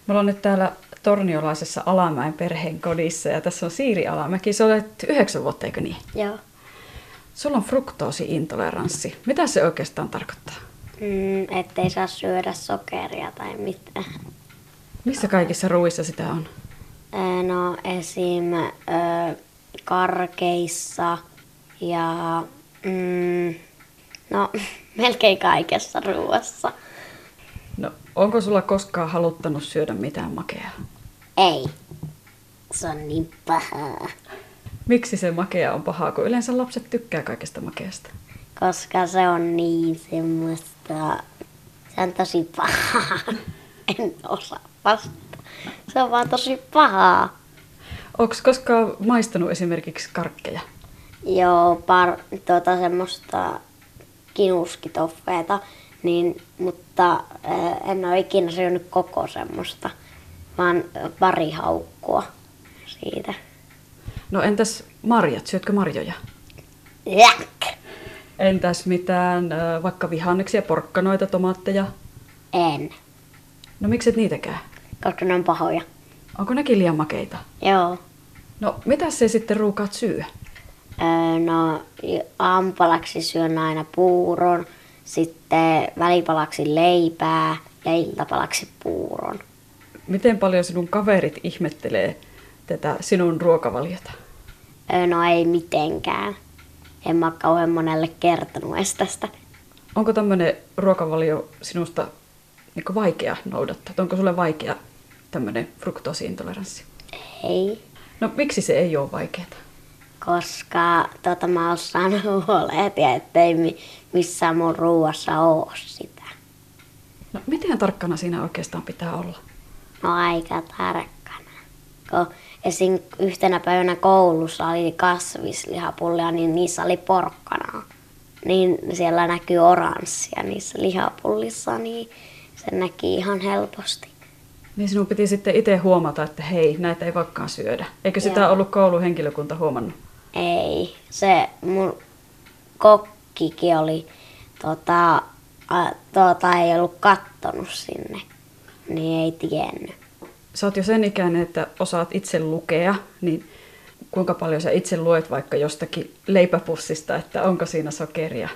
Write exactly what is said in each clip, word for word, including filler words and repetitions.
Me ollaan nyt täällä torniolaisessa Alamäen perheen kodissa ja tässä on Siiri Alamäki. Sä olet yhdeksän vuotta, eikö niin? Joo. Sulla on fruktoosi-intoleranssi. Mitä se oikeastaan tarkoittaa? Mm, ettei saa syödä sokeria tai mitään. Missä kaikissa ruuissa sitä on? Öö, No esim. Ö, karkeissa ja mm, no melkein kaikessa ruoassa. No, onko sulla koskaan haluttanut syödä mitään makeaa? Ei. Se on niin pahaa. Miksi se makea on pahaa, kun yleensä lapset tykkää kaikesta makeasta? Koska se on niin semmoista... Se on tosi pahaa. En osaa vastata. Se on vaan tosi pahaa. Onko koskaan maistanut esimerkiksi karkkeja? Joo, par, tuota semmoista kinuskitoffeeta, niin, mutta äh, en ole ikinä syönyt koko semmoista, vaan pari haukkua siitä. No entäs marjat? Syötkö marjoja? Jäk! Entäs mitään äh, vaikka vihanneksia, porkkanoita, tomaatteja? En, No miksi et niitäkään? koska ne on pahoja. Onko nekin liian makeita? Joo. No mitä se sitten ruukaat syödä? Öö, no aamupalaksi syön aina puuron, sitten välipalaksi leipää ja iltapalaksi puuron. Miten paljon sinun kaverit ihmettelee tätä sinun ruokavaliota? Öö, no ei mitenkään. En mä ole kauhean monelle kertonut edes tästä. Onko tämmöinen ruokavalio sinusta niin vaikea noudattaa? Onko sulle vaikea tämmöinen fruktoosi-intoleranssi? Ei, No miksi se ei ole vaikeaa? koska tota, mä osaan huolehtia, ettei mi- missään mun ruuassa ole sitä. No miten tarkkana siinä oikeastaan pitää olla? No aika tarkkana. Kun esim. Yhtenä päivänä koulussa oli kasvislihapullia, niin niissä oli porkkanaa. Niin siellä näkyy oranssia niissä lihapullissa, niin se näki ihan helposti. Niin sinun piti sitten itse huomata, että hei, näitä ei vaikkaan syödä. Eikö sitä Joo. ollut kouluhenkilökunta huomannut? Ei, se mun kokkikin oli, tota, a, tota, ei ollut kattonut sinne, niin ei tiennyt. Sä oot jo sen ikäinen, että osaat itse lukea, niin kuinka paljon sä itse luet vaikka jostakin leipäpussista, että onko siinä sokeria?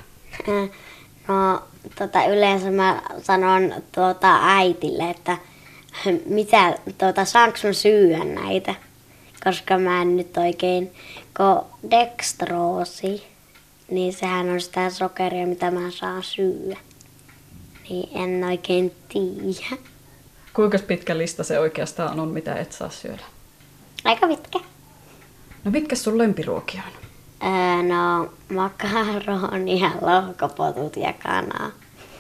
No, tota, yleensä mä sanon tuota, äitille, että mitä, tuota, saanko mä syödä näitä, koska mä en nyt oikein, kun dextroosi, niin sehän on sitä sokeria, mitä mä saan syödä. Niin en oikein tiedä. Kuinka pitkä lista se oikeastaan on, mitä et saa syödä? Aika pitkä. No mitkä sun lempiruokia on? Öö, no, makaronia, lohkopotut ja kanaa.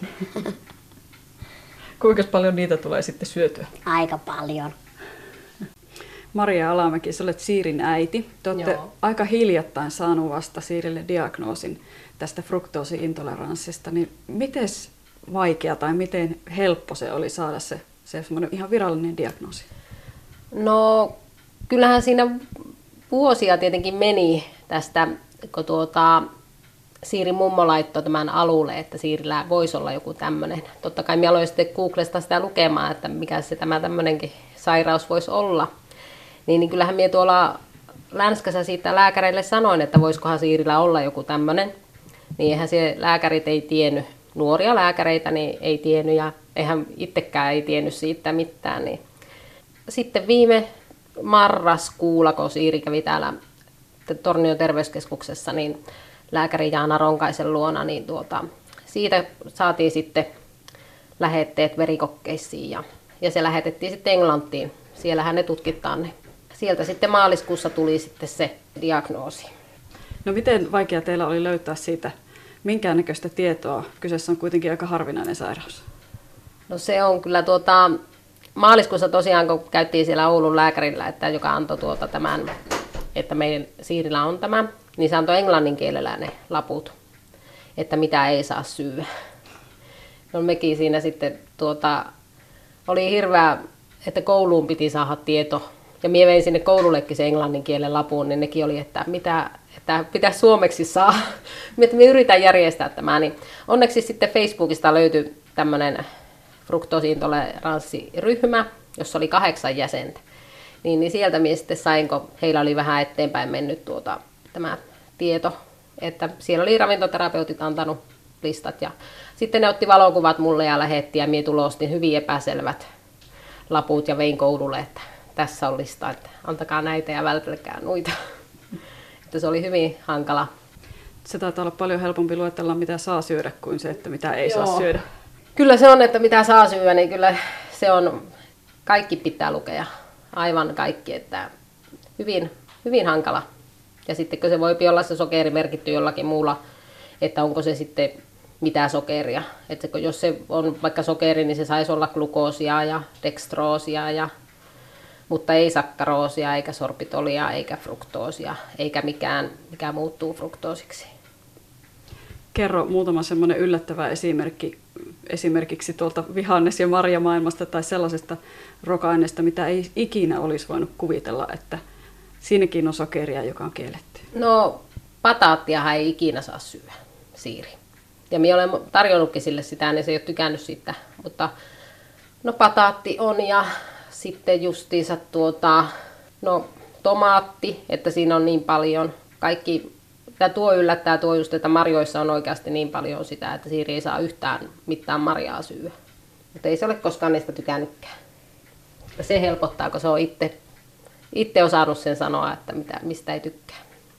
Kuinka paljon niitä tulee sitten syötyä? Aika paljon. Maria Alamäki, sä olet Siirin äiti. Te olette Joo. aika hiljattain saanut vasta Siirille diagnoosin tästä fruktoosi-intoleranssista. Niin miten vaikea tai miten helppo se oli saada se, se semmoinen ihan virallinen diagnoosi? No kyllähän siinä vuosia tietenkin meni tästä, kun tuota, Siirin mummo laittoi tämän alulle, että Siirillä voisi olla joku tämmöinen. Totta kai minä aloin sitten Googlesta sitä lukemaan, että mikä se tämä tämmöinenkin sairaus voisi olla. Niin, niin kyllähän minä tuolla Länskässä siitä lääkäreille sanoin, että voisikohan Siirillä olla joku tämmöinen. Niin eihän se lääkärit ei tiennyt, nuoria lääkäreitä niin ei tiennyt ja eihän itsekään ei tiennyt siitä mitään. Niin. Sitten viime marraskuulla, kun Siiri kävi täällä Tornion terveyskeskuksessa, niin lääkäri Jaana Ronkaisen luona, niin tuota, siitä saatiin sitten lähetteet verikokkeisiin ja, ja se lähetettiin sitten Englantiin. Siellähän ne tutkitaan. Niin sieltä sitten maaliskuussa tuli sitten se diagnoosi. No miten vaikea teillä oli löytää siitä minkäännäköistä tietoa? Kyseessä on kuitenkin aika harvinainen sairaus. No se on kyllä tuota, maaliskuussa tosiaan, kun käytiin siellä Oulun lääkärillä, että joka antoi tuota tämän, että meidän Siirillä on tämä, niin se antoi englannin kielellä ne laput, että mitä ei saa syödä. No mekin siinä sitten tuota, oli hirveä, että kouluun piti saada tieto. Ja minä vein sinne koulullekin se englannin kielen lapun, niin nekin oli, että mitä, että pitäisi suomeksi saa. Että me yritän järjestää tämä. Niin onneksi sitten Facebookista löytyi tämmöinen fruktoosi-intoleranssiryhmä, jossa oli kahdeksan jäsentä. Niin, niin sieltä minä sitten sain, kun heillä oli vähän eteenpäin mennyt tuota, tämä tieto, että siellä oli ravintoterapeutit antanut listat ja sitten ne otti valokuvat mulle ja lähetti ja minä tulostin hyvin epäselvät laput ja vein koululle, että tässä on lista, että antakaa näitä ja vältelkää noita. Että se oli hyvin hankala. Se taitaa olla paljon helpompi luetella, mitä saa syödä, kuin se, että mitä ei Joo. saa syödä. Kyllä se on, että mitä saa syödä, niin kyllä se on, kaikki pitää lukea, aivan kaikki, että hyvin, hyvin hankala. Ja sitten kun se voi olla se sokeri merkitty jollakin muulla, että onko se sitten mitä sokeria. Että se, jos se on vaikka sokeri, niin se saisi olla glukoosia ja dextroosia, ja, mutta ei sakkaroosia, eikä sorbitolia, eikä fruktoosia, eikä mikään, mikä muuttuu fruktoosiksi. Kerro muutama semmoinen yllättävä esimerkki, esimerkiksi tuolta vihannes- ja marjamaailmasta tai sellaisesta roka-aineesta, mitä ei ikinä olisi voinut kuvitella, että siinäkin on sokeria, joka on kielletty. No, pataattiahan ei ikinä saa syödä, Siiri. Ja minä olen tarjonnutkin sille sitä, niin se ei ole tykännyt siitä. Mutta no pataatti on ja sitten justiinsa tuota, no tomaatti, että siinä on niin paljon. Kaikki, tämä tuo yllättää tuo just, että marjoissa on oikeasti niin paljon sitä, että Siiri ei saa yhtään mitään marjaa syödä. Mutta ei se ole koskaan niistä tykännytkään. Ja se helpottaa, kun se on itse, itse osannut sen sanoa, että mitä, mistä ei tykkää.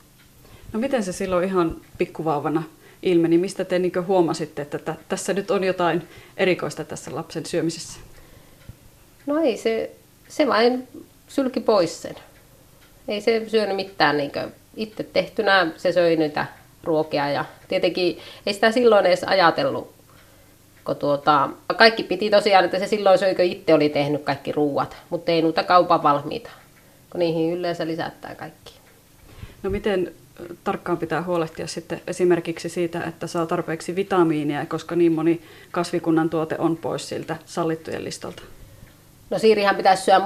No miten se silloin ihan pikkuvauvana ilmeni? Mistä te niin huomasitte, että t- tässä nyt on jotain erikoista tässä lapsen syömisessä? No ei, se, se vain sylki pois sen. Ei se syönyt mitään niin itse tehtynä, se söi niitä ruokia ja tietenkin ei sitä silloin edes ajatellut. Kun tuota, kaikki piti tosiaan, että se silloin söikö itse oli tehnyt kaikki ruuat, mutta ei noita kaupan valmiita, kun niihin yleensä lisätään kaikki. No miten tarkkaan pitää huolehtia sitten esimerkiksi siitä, että saa tarpeeksi vitamiinia, koska niin moni kasvikunnan tuote on pois siltä sallittujen listalta? No Siirihän pitäisi syödä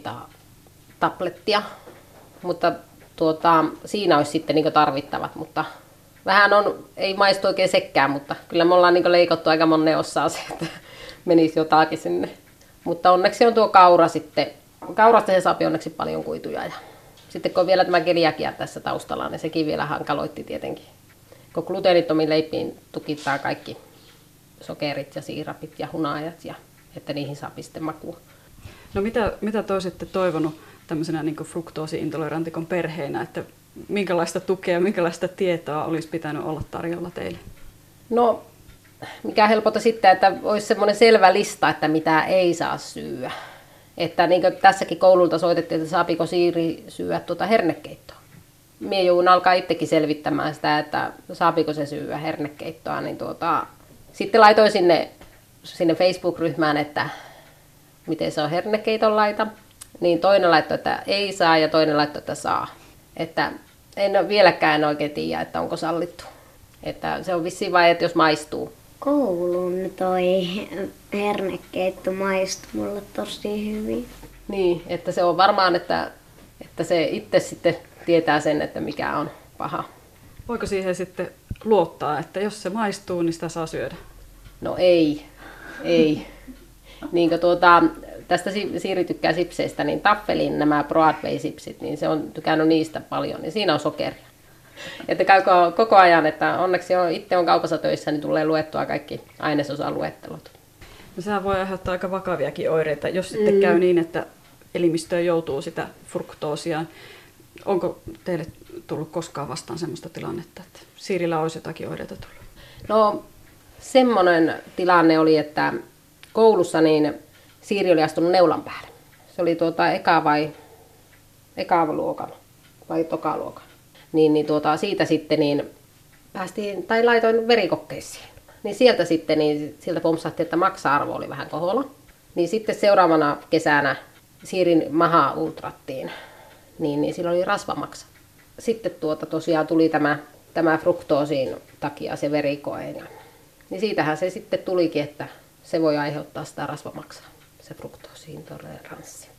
multivita-tablettia, mutta tuota, siinä olisi sitten niin tarvittavat, mutta vähän on, ei maistu oikein sekään, mutta kyllä me ollaan niin leikottu aika monen osaa se, että menisi jotakin sinne. Mutta onneksi on tuo kaura sitten, kaurasta se saa onneksi paljon kuituja. Ja sitten kun on vielä tämä keliakia tässä taustalla, niin sekin vielä hankaloitti tietenkin. Kun gluteenittomiin leipiin tukittaa kaikki sokerit ja siirapit ja hunajat, ja että niihin saa sitten makua. No mitä, mitä te olisitte toivonut tämmöisenä niin fruktoosiintolerantikon perheenä, että minkälaista tukea, minkälaista tietoa olisi pitänyt olla tarjolla teille? No, mikä helpota sitten, että olisi semmoinen selvä lista, että mitä ei saa syödä. Että niin kuin tässäkin koululta soitettiin, että saapiko Siiri syödä tuota hernekeittoa. Mie joudun alkaa itsekin selvittämään sitä, että saapiko se syödä hernekeittoa. Niin tuota, sitten laitoin sinne, sinne Facebook-ryhmään, että miten se on hernekeiton laita. Niin toinen laittoi, että ei saa ja toinen laittoi, että saa. Että en ole vieläkään oikein tiedä, että onko sallittu. Että se on vissiin vain, että jos maistuu. Koulun toi hernekeitto maistui mulle tosi hyvin. Niin, että se on varmaan, että, että se itse sitten tietää sen, että mikä on paha. Voiko siihen sitten luottaa, että jos se maistuu, niin sitä saa syödä? No ei, ei. Niin kuin tuota, tästä Siiri tykkää sipseistä, niin Taffelin nämä Broadway-sipsit, niin se on tykännyt niistä paljon, niin siinä on sokeria. Että käykö koko ajan, että onneksi on, itse on kaupassa töissä, niin tulee luettua kaikki ainesosaluettelot. No sehän voi aiheuttaa aika vakaviakin oireita, jos sitten mm. käy niin, että elimistöön joutuu sitä fruktoosia. Onko teille tullut koskaan vastaan sellaista tilannetta, että Siirillä olisi jotakin oireita tullut? No semmoinen tilanne oli, että koulussa niin Siiri oli astunut neulan päälle. Se oli tuota eka vai eka luokan vai toka luokan. Niin, niin tuota, siitä sitten niin päästiin, tai laitoin verikokkeisiin. Niin sieltä sitten niin sieltä pompsahti, että maksa-arvo oli vähän koholla. Niin sitten seuraavana kesänä Siirin maha ultrattiin, niin, niin sillä oli rasvamaksa. Sitten tuota tosiaan tuli tämä, tämä fruktoosiin takia se verikoe. Ja, niin siitähän se sitten tulikin, että se voi aiheuttaa sitä rasvamaksaa, se fruktoosiintoleranssi.